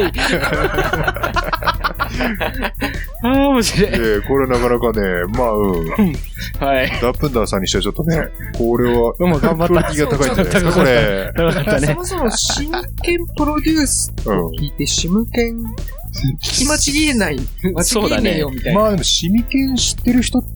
ああ、面白い。 えこれなかなかね、まあ、うん。 はい。 ダップンダーさんにしてはちょっとね、これは、 もう頑張った。 クオリティが高いんじゃないですか、これ。 高かったね。 そもそも、真剣プロデュースと聞いて、シムケン、聞き間違えない。間違えねえよ、みたいな。 まあでも、シミケン知ってる人って、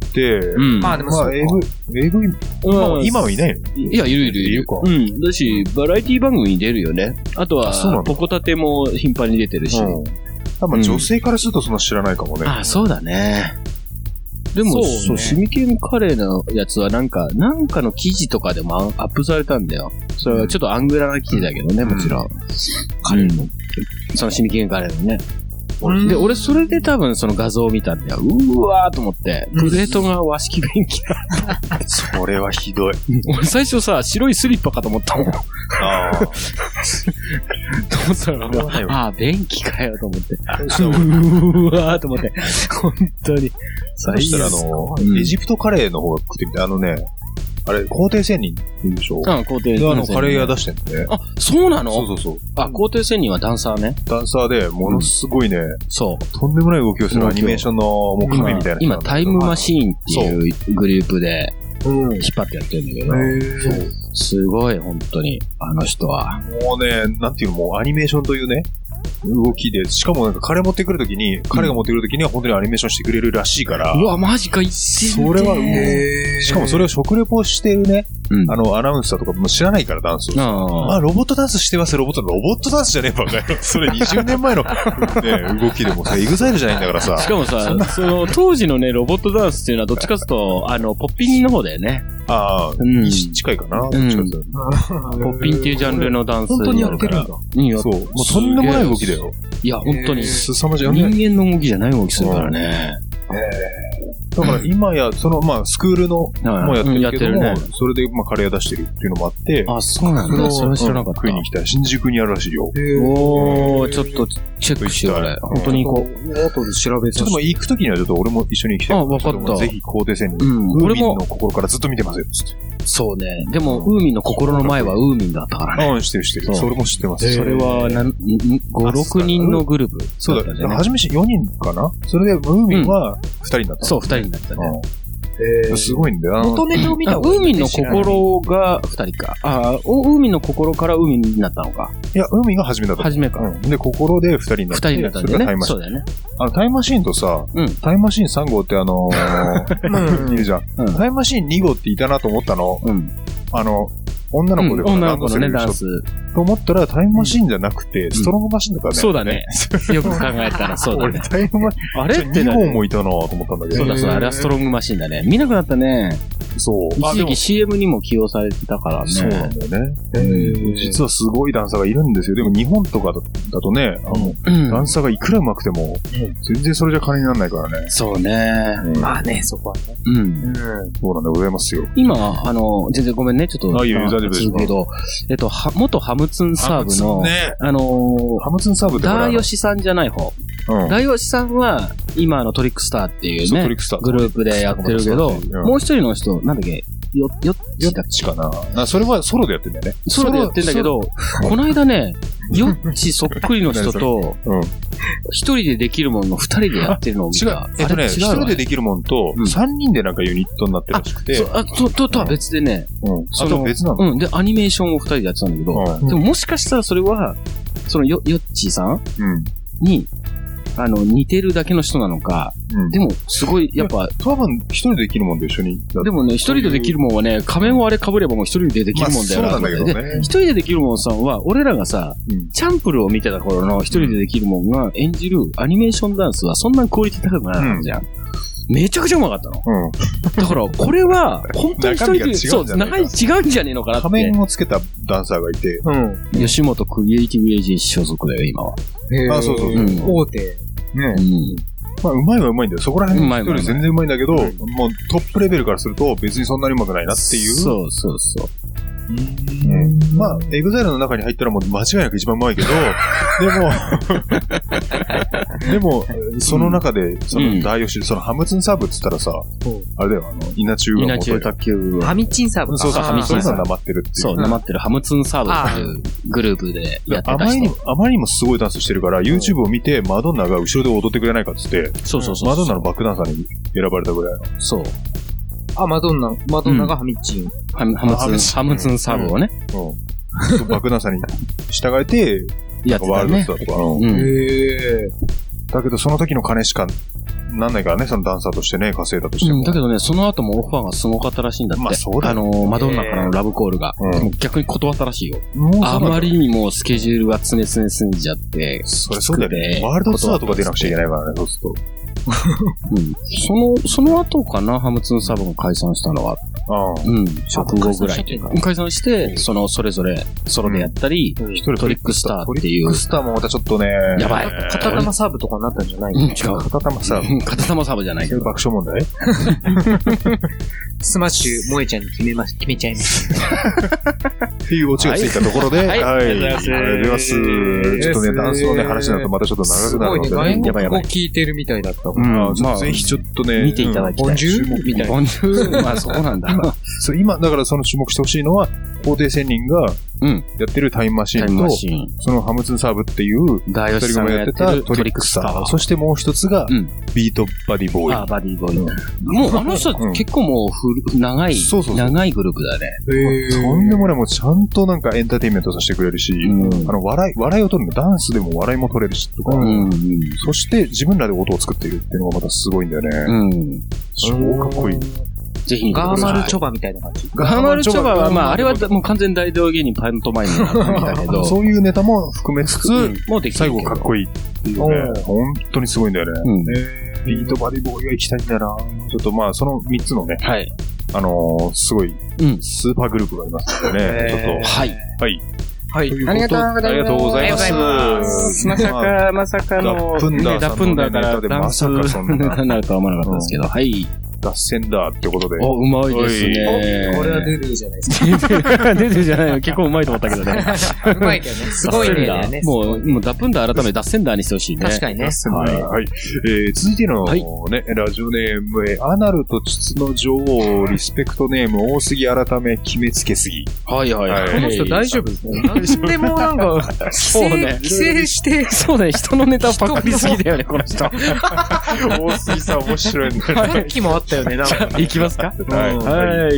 うん、 まあでも、 まあ、エグ、エグい、今はいないの？ いや、いるいるいる。うん。だし、バラエティ番組に出るよね。あとは、ポコタテも頻繁に出てるし。 多分女性からするとそんな知らないかもね。 あ、そうだね。でも、そう、シミケンカレーのやつはなんか、なんかの記事とかでもアップされたんだよ。それはちょっとアングラな記事だけどね、もちろん。カレーの。そのシミケンカレーのね。で、俺それで多分その画像を見たんだよ。うわーと思って、プレートが和式便器だ。 それはひどい。 俺最初さ、白いスリッパかと思ったもん。ああ。と思ったらもう、ああ、便器かよと思って。うわーと思って。本当に。 そしたらあの、エジプトカレーの方が食ってみて、あのね、あれ、皇帝仙人って言うんでしょ？ ああ、皇帝仙人。で、あの、カレー屋出してんね。 あ、そうなの？ そうそうそう。 あ、皇帝仙人はダンサーね。 ダンサーで、ものすごいね、 そう。 とんでもない動きをするアニメーションの、もう神みたいな。 今、タイムマシーンっていうグループで、引っ張ってやってるんだけど、そう。すごい、本当に、あの人は。 もうね、なんていうの、もうアニメーションというね、動きで、しかもなんか彼持ってくるときに、彼が持ってくるときには本当にアニメーションしてくれるらしいから。 うわ、マジか、言ってそれは、しかもそれを食レポしてるね、うん、あの、アナウンサーとかも知らないから、ダンスを。ああ、ロボットダンスしてます、ロボット、ロボットダンスじゃねえばかよ。それにじゅうねんまえの、ね、動きでもさ、エグザイルじゃないんだからさ。 しかもさ、その、当時のね、ロボットダンスっていうのはどっちかというと、あの、ポッピンの方だよね。ああ、うん。近いかな。うん、どっちかというと。 ポッピンっていうジャンルのダンス。 本当にやってるんだ。 うん、 そう。もうとんでもない動きだよ。 いや、本当に。 すさまじい。 人間の動きじゃない動きするからね。 だから今や、その、まあ、スクールの、もうやってるけども、それで、まあ、カレー屋出してるっていうのもあって、 あ、そうなんだ。それは知らなかった。 食いに行きたい。新宿にあるらしいよ。 おー、ちょっとチェックしよう、あれ。本当に行こう。 後で調べて。 ちょっともう行くときにはちょっと俺も一緒に行きたい。 あ、わかった。 ぜひ、皇帝戦に。うん。俺も。ウーミンの心からずっと見てますよ、つって。 そうね。でも、ウーミンの心の前はウーミンだったからね。 うん、してるしてる。それも知ってます。 それは、なん、ご、ろくにんのグループ。 そうだね。初めしよにんかな？それで、ウーミンはふたりになった。 そう、ふたりになったね。 えー、すごいんだよ。 元ネタを見たウーミンの心がふたりか。ああ、ウーミンの心からウーミンになったのか。 いや、ウーミンが初めだった。 初めか。 うん。で、心でふたりになって。 ふたりになったんだよね。そうだよね。 あの、タイムマシーンとさ、うん、タイムマシーンさん号ってあのー、いるじゃん、うん。タイムマシーンに号っていたなと思ったの。うん。あの、女の子で、 うん、女の子のね、ダンス。 と思ったら、タイムマシーンじゃなくて、ストロングマシーンとかね。 そうだね。よく考えたらそうだね。 俺、タイムマシーン、あれってに号もいたなと思ったんだけど。 そうだそうだ、あれはストロングマシーンだね。見なくなったね。 そう。 一時期 シーエム にも起用されてたからね。 そうなんだよね。実はすごいダンサーがいるんですよ。でも日本とかだとね、あの、ダンサーがいくら上手くても、全然それじゃ金にならないからね。 そうね。 まあね、そこはね。 うん。 そうなんでございますよ。 今、あの、全然ごめんね、ちょっと。 あ、いいよ、大丈夫です。 けど、えっと、は、元ハムツンサーブの、 ね、 あのー、 ハムツンサーブってダーヨシさんじゃない方。うん、ダーヨシさんは、今のトリックスターっていうね、グループでやってるけど、うん、もう一人の人、なんだっけ、よ、よっちだっけかな。あ、それはソロでやってんだよね。 ソロでやってんだけど、この間ね、よっちそっくりの人と、一人でできるもんの二人でやってるのを見た。 違う。えっとね、一人でできるもんと、三人でなんかユニットになってるらしくて。 あ、と、と、とは別でね。 うん。あと別なの？ うん。で、アニメーションを二人でやってたんだけど、でももしかしたらそれは、そのよ、よっちさんに、あの、似てるだけの人なのか、うん、でも、すごい、やっぱ、 多分、一人でできるもんで一緒に。 でもね、一人でできるもんはね、仮面をあれ被ればもう一人でできるもんだよな。 まあ、そうなんだけどね。 一人でできるもんさんは、俺らがさ、うん、チャンプルを見てた頃の一人でできるもんが演じるアニメーションダンスはそんなにクオリティ高くなかったじゃん。うん、めちゃくちゃうまかったの。うん。だから、これは、本当に一人で、そう、長い違うんじゃねえのかなって。 仮面をつけたダンサーがいて。 うん。吉本クリエイティブエージェンシー所属だよ、今は。 へあ、そうそうそう。 大手。 ね、うん、 まあ、うまいはうまいんだよ。そこら辺のうまい人より全然うまいんだけど、もうトップレベルからすると別にそんなにうまくないなっていう。 そうそうそう。 うん、まあ、エグザイルの中に入ったらもう間違いなく一番うまいけど、でも、でも、その中で、その大吉、うん、そのハムツンサーブって言ったらさ、うん、あれだよ、あの、稲中が稲中卓球。 ハミチンサーブ。 そうそう、ハミチンサーブ。 なまってるっていう。 そう、なまってるハムツンサーブっていうグループでやってた人。 あまりにも、あまりにもすごいダンスしてるから、YouTube を見て、マドンナが後ろで踊ってくれないかっつって、 そうそうそう。 マドンナのバックダンサーに選ばれたぐらいの。 そう。 あ、マドンナ、マドンナがハミチン。うん、 ハムツン、ハムツンサーブをね。 うん。バックダンサーに従えて、 やってたね。 ワールドスターとか。 うん。 へだけど、その時の金しかなんないからね、そのダンサーとしてね、稼いだとしても。 うん、だけどね、その後もオファーがすごかったらしいんだって。 まあそうだね。あの、マドンナからのラブコールが。うん、逆に断ったらしいよ。あまりにもスケジュールが詰め詰めすんじゃって。 それそうだよね。ワールドツアーとか出なくちゃいけないからね、そうすると。 うん、その、その後かな、ハムツンサブが解散したのは。 ああうん。直後ぐらいというか。解散して、その、それぞれ、ソロでやったり、うん、トリックスターっていう。 トリックスターもまたちょっとね、 やばい。 片玉サーブとかになったんじゃないの？ うん、違う。 片玉サーブ。 片玉サーブじゃないけど。 爆笑問題スマッシュ、萌えちゃんに決めまし、決めちゃいました。 っていうオチがついたところで、はい。ありがとうございます。ちょっとね、ダンスのね、話になるとまたちょっと長くなるので。 すごいね、外国語聞いてるみたいだったもん。 うん、まあ、ぜひちょっとね、 見ていただきたい。 ボンジュールみたいな。 ボンジュールまあ、そうなんだ。 そう、今、だからその注目してほしいのは、皇帝仙人が、やってるタイムマシーンと、そのハムツンサーブっていう、 ダイオシさんがやってたトリックスター。 そしてもう一つが、ビートバディボーイ。 あ、バディボーイ。もう、あの人結構もう、長い、長いグループだね。 とんでもない、もうちゃんとなんかエンターテインメントさせてくれるし、あの、笑い、笑いを取るの、ダンスでも笑いも取れるし、とか、そして自分らで音を作っているっていうのがまたすごいんだよね。うん。超かっこいい。 ぜひガーマルチョバみたいな感じ。 ガーマルチョバは、まあ、あれはもう完全大道芸人パントマイムなんだけど。 そういうネタも含めつつ、 もうできる。 最後かっこいいっていうね。本当にすごいんだよね。うん、ビートバディボーイが行きたいんだよな。ちょっとまあ、そのみっつのね、 はい。 あのー、すごい、スーパーグループがありますのでね。ちょっと、 はい。 はい。 はい。 ありがとうございます。ありがとうございます。 まさか、まさかの、 ラプンダーラプンダーからダンスまさかそんな。 なるとは思わなかったんですけど、はい。 脱線だってことで。 お、うまいですね。 これは出るじゃないですか。 出るじゃないの。結構うまいと思ったけどね。 うまいけどね。すごいね。 もう、もうダプンダー改め脱線ダーにしてほしいね。 確かにね。 はい。えー、続いてのね、ラジオネーム、アナルと膣の女王、リスペクトネーム、大杉改め、決めつけすぎ。 はいはいはい。 この人大丈夫ですね。なんでもなんか、そうね。規制して。 そうね。人のネタパクりすぎだよね、この人。 大杉さん面白いんだよね。 さっきもあったよね、なんか。 いきますか？ はい。 はい。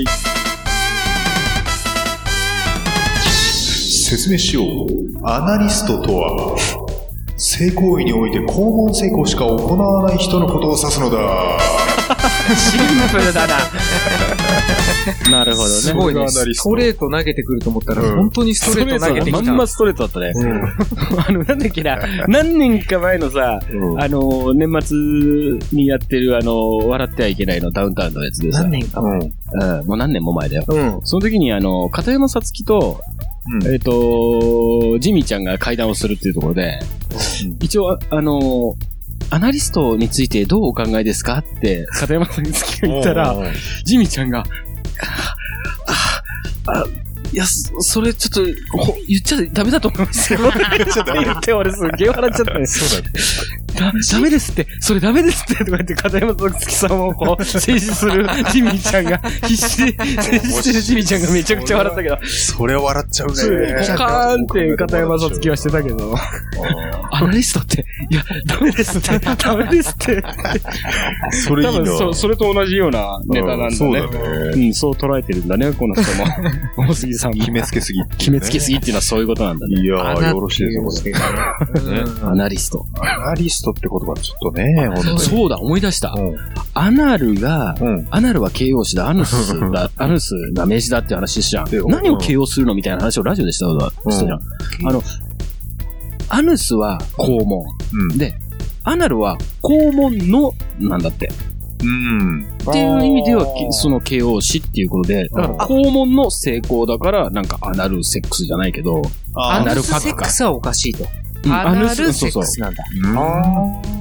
説明しよう。アナリストとは、性行為において肛門性交しか行わない人のことを指すのだ。 シンプルだな。なるほどね。 すごいね。ストレート投げてくると思ったら、うん、本当にストレート投げてきた。 まんまストレートだったね。うん、あの、なんだっけな、何年か前のさ、うん、あの、年末にやってる、あの、笑ってはいけないのダウンタウンのやつでさ。 何年か前、 うん、もう何年も前だよ。 うん、 その時に、あの、片山さつきと、うん、えっ、ー、と、ジミーちゃんが会談をするっていうところで、うん、一応、あの、アナリストについてどうお考えですかって、片山さんにつきが言ったら、ジミーちゃんが、あ、あ、いや、それちょっと、言っちゃダメだと思いますよ。ちょっと言って、俺すげえ笑っちゃったね。そうだね。だ、ダメですって、それダメですって、とか言って、片山さつきさんをこう、制止するジミーちゃんが、必死で、制止してるジミーちゃんがめちゃくちゃ笑ったけど。 それは笑っちゃうね。 ポカーンって片山さつきはしてたけど、アナリストって、いや、ダメですって、ダメですって。 それいいな。多分そ、それと同じようなネタなんだね。そうだね。うん、そう捉えてるんだね、この人も。大杉さんも。 決めつけすぎ。 決めつけすぎっていうのはそういうことなんだね。 いやー、よろしいですよ、 これ。アナリスト。 アナリストって言葉ちょっとね、本当に。 そうだ、思い出した。アナルが、アナルは形容詞だ、アヌスだ、アヌスが名詞だって話しちゃう。何を形容するのみたいな話をラジオでしたのだ。したじゃん。あの、アヌスは肛門。で、アナルは肛門の、なんだって。 うん。 っていう意味では、その形容詞っていうことで、だから肛門の成功だから、なんかアナルセックスじゃないけど、 アナルファックか。セックスはおかしいと。アナルセックスなんだ。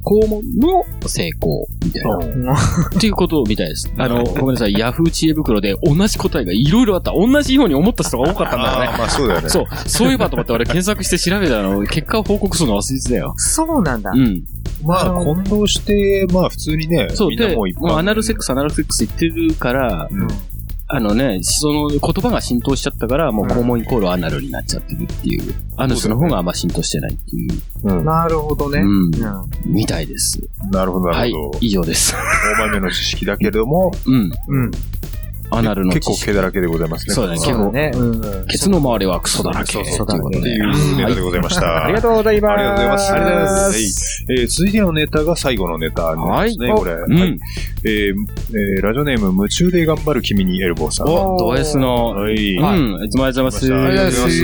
肛門の成功みたいな。っていうことみたいです。あの、ごめんなさい、ヤフー知恵袋で同じ答えがいろいろあった。同じように思った人が多かったんだよね。 まあそうだよね。 そう。そういえばと思って俺検索して調べたの、結果を報告するの忘れてたよ。 そうなんだ。 うん。 まあ混同して、まあ普通にね、 そう、 みんなもう一般で、もうアナルセックス、アナルセックス言ってるから、うん、あのね、その言葉が浸透しちゃったから、もう肛門イコールアナルになっちゃってるっていう。アヌスの方があんま浸透してないっていう。 うん、なるほどね。うん。 みたいです。 なるほど、なるほど。 はい、以上です。 大豆の知識だけれども、 うん。うん。アナルの知識。 結構毛だらけでございますね。 そうだね。結構ね。ケツの周りはクソだらけ。 そうそう。ということで。っていうネタでございました。 ありがとうございます。 ありがとうございます。ありがとうございます。えー、続いてのネタが最後のネタですね、これ。はい。えー、ラジオネーム、夢中で頑張る君にエルボーさん。 お、ド S の。はい。うん。いつもありがとうございます。 ありがとうございます。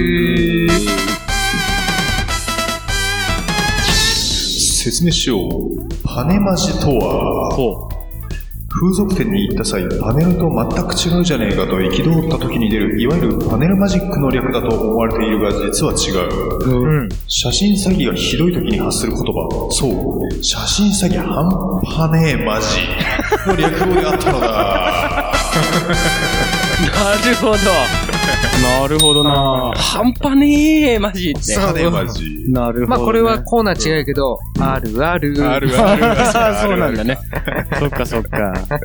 説明しよう。パネマジとは、ほう。風俗店に行った際、パネルと全く違うじゃねえかと憤った時に出る、いわゆるパネルマジックの略だと思われているが、実は違う。うん、写真詐欺がひどい時に発する言葉。そう。写真詐欺半端ねえマジの略語であったのだ。 なるほど。なるほどな。半端ねえマジって。 半端ねえマジ。 なるほど、ね。 まあこれはコーナー違うけど、うん、あるある。 あるある。 そうなんだね。そっかそっか。 半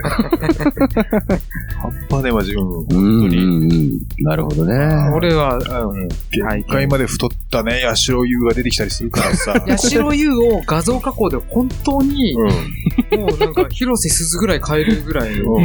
端ねえマジ。うん。本当に。 うん、なるほどね。 俺は、うん。 限界まで太ったね、ヤシロユウが出てきたりするからさ。 ヤシロユウを画像加工で本当に、うん、もうなんか広瀬すずぐらい変えるぐらいの、うん、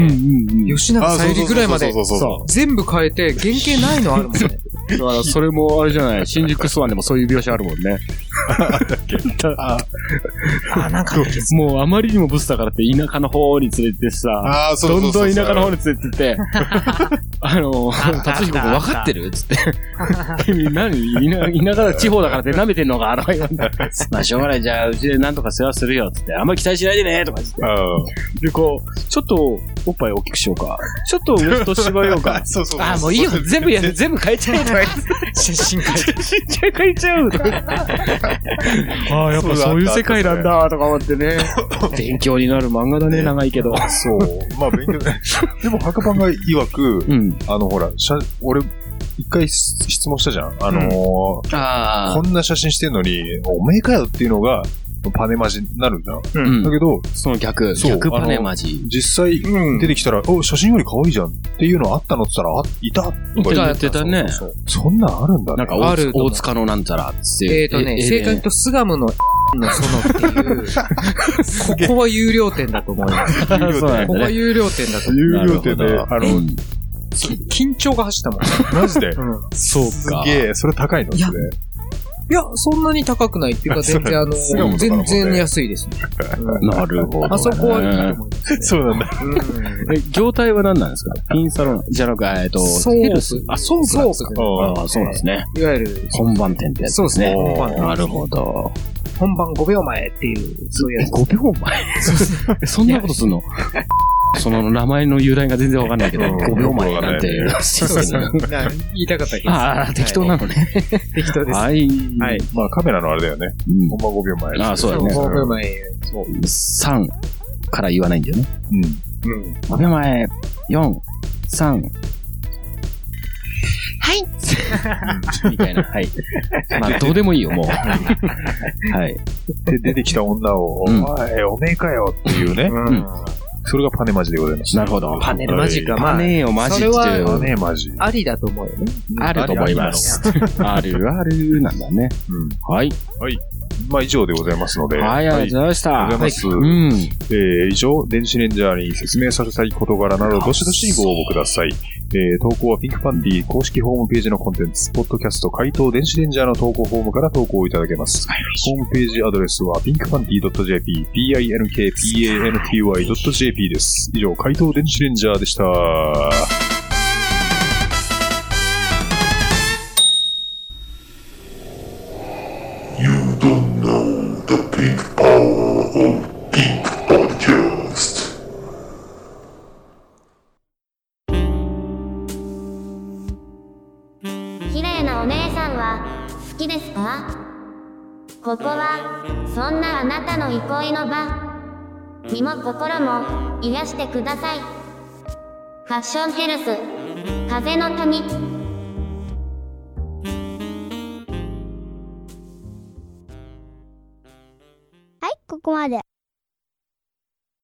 吉永小百合ぐらいまで全部変えて原型ないのあるもんね。 だからそれもあれじゃない、新宿スワンでもそういう描写あるもんね。 ああ、なんかもうあまりにもブスだからって田舎の方に連れてさ、あそうそうそうそう、どんどん田舎の方に連れてって、あの、達彦君分かってるつって。君何田舎地方だからって舐めてんのかあのまあしょうがない、じゃあうちでなんとか世話するよつって、あんまり期待しないでねとか言って。で、こう、ちょっとおっぱい大きくしようか。ちょっとウエスト縛ようか。 そうそうそう。あ、もういいよ。全部やる。全部変えちゃう。写真変えちゃう。 写真変えちゃう。ああ、やっぱそういう世界なんだとか思ってね。勉強になる漫画だね、長いけど。 そう。まあ勉強ね。でも、ハカパンが曰く、うん、あの、ほら、俺、一回質問したじゃん。あのーうん、あこんな写真してんのに、おめえかよっていうのが、パネマジになるんだ。うん、だけど、 その逆、逆パネマジ。 実際、出てきたら、お、写真より可愛いじゃんっていうのあったのって言ったら、あ、いたとか言ってた。 やってたね。 そうそうそうそんなんあるんだね。 なんか大、大塚のなんちゃらって。 えっとね、正解とスガムののそのっていう、ここは有料店だと思います。 そうなんだね。 ここは有料店だと思います。 有料店で、あの、 緊張が走ったもん。 マジで、うん、 そうか。 すげえ、それ高いのって。 いや、そんなに高くないっていうか、全然あの、全然安いですね。 なるほど。 あそこはいいと思います。 そうなんだ。 え、業態は何なんですか？ピンサロンじゃなくて、えっと、 ソース。 あ、ソース。 ソース。 ああ、そうなんですね。 いわゆる、 本番店ってやつですね。 そうですね。本番。 なるほど。 本番ごびょうまえっていう、そういうやつ。 ごびょうまえそんなことすんの？その名前の由来が全然わかんないけど、ごびょうまえなんて。 そうですね。言いたかったけど。 ああ、適当なのね。 適当です。 はい。 はい。まあカメラのあれだよね。ほんまごびょうまえ。 ああ、そうだね。 ごびょうまえ。 そう。さんから言わないんだよね。 うん。 うん。ごびょうまえ、よん、さん。 はいみたいな。はい。まあ、どうでもいいよ、もう。はい。 で、出てきた女を、お前、おめえかよっていうね。うん。それがパネマジでございます。 なるほど。 パネルマジか。まあ、 パネをマジっていう。 パネマジ。 ありだと思うよね。 あると思います。あるあるなんだね。 うん。 はい。 はい。まあ以上でございますので。 はい、ありがとうございました。 ありがとうございます。うん。えー、以上、電子レンジャーに説明させたい事柄など、どしどしご応募ください。えー、投稿はピンクパンティ公式ホームページのコンテンツ、ポッドキャスト回答電子レンジャーの投稿フォームから投稿いただけます。ホームページアドレスは ピンクパンティードットジェーピー、ピンクパンティードットジェーピー です。以上、回答電子レンジャーでした。 You don't know the pink power of Pink Podcast. 綺麗なお姉さんは好きですか？ ここはそんなあなたの憩いの場。身も心も癒してください。ファッションヘルス風の谷。 はい、ここまで。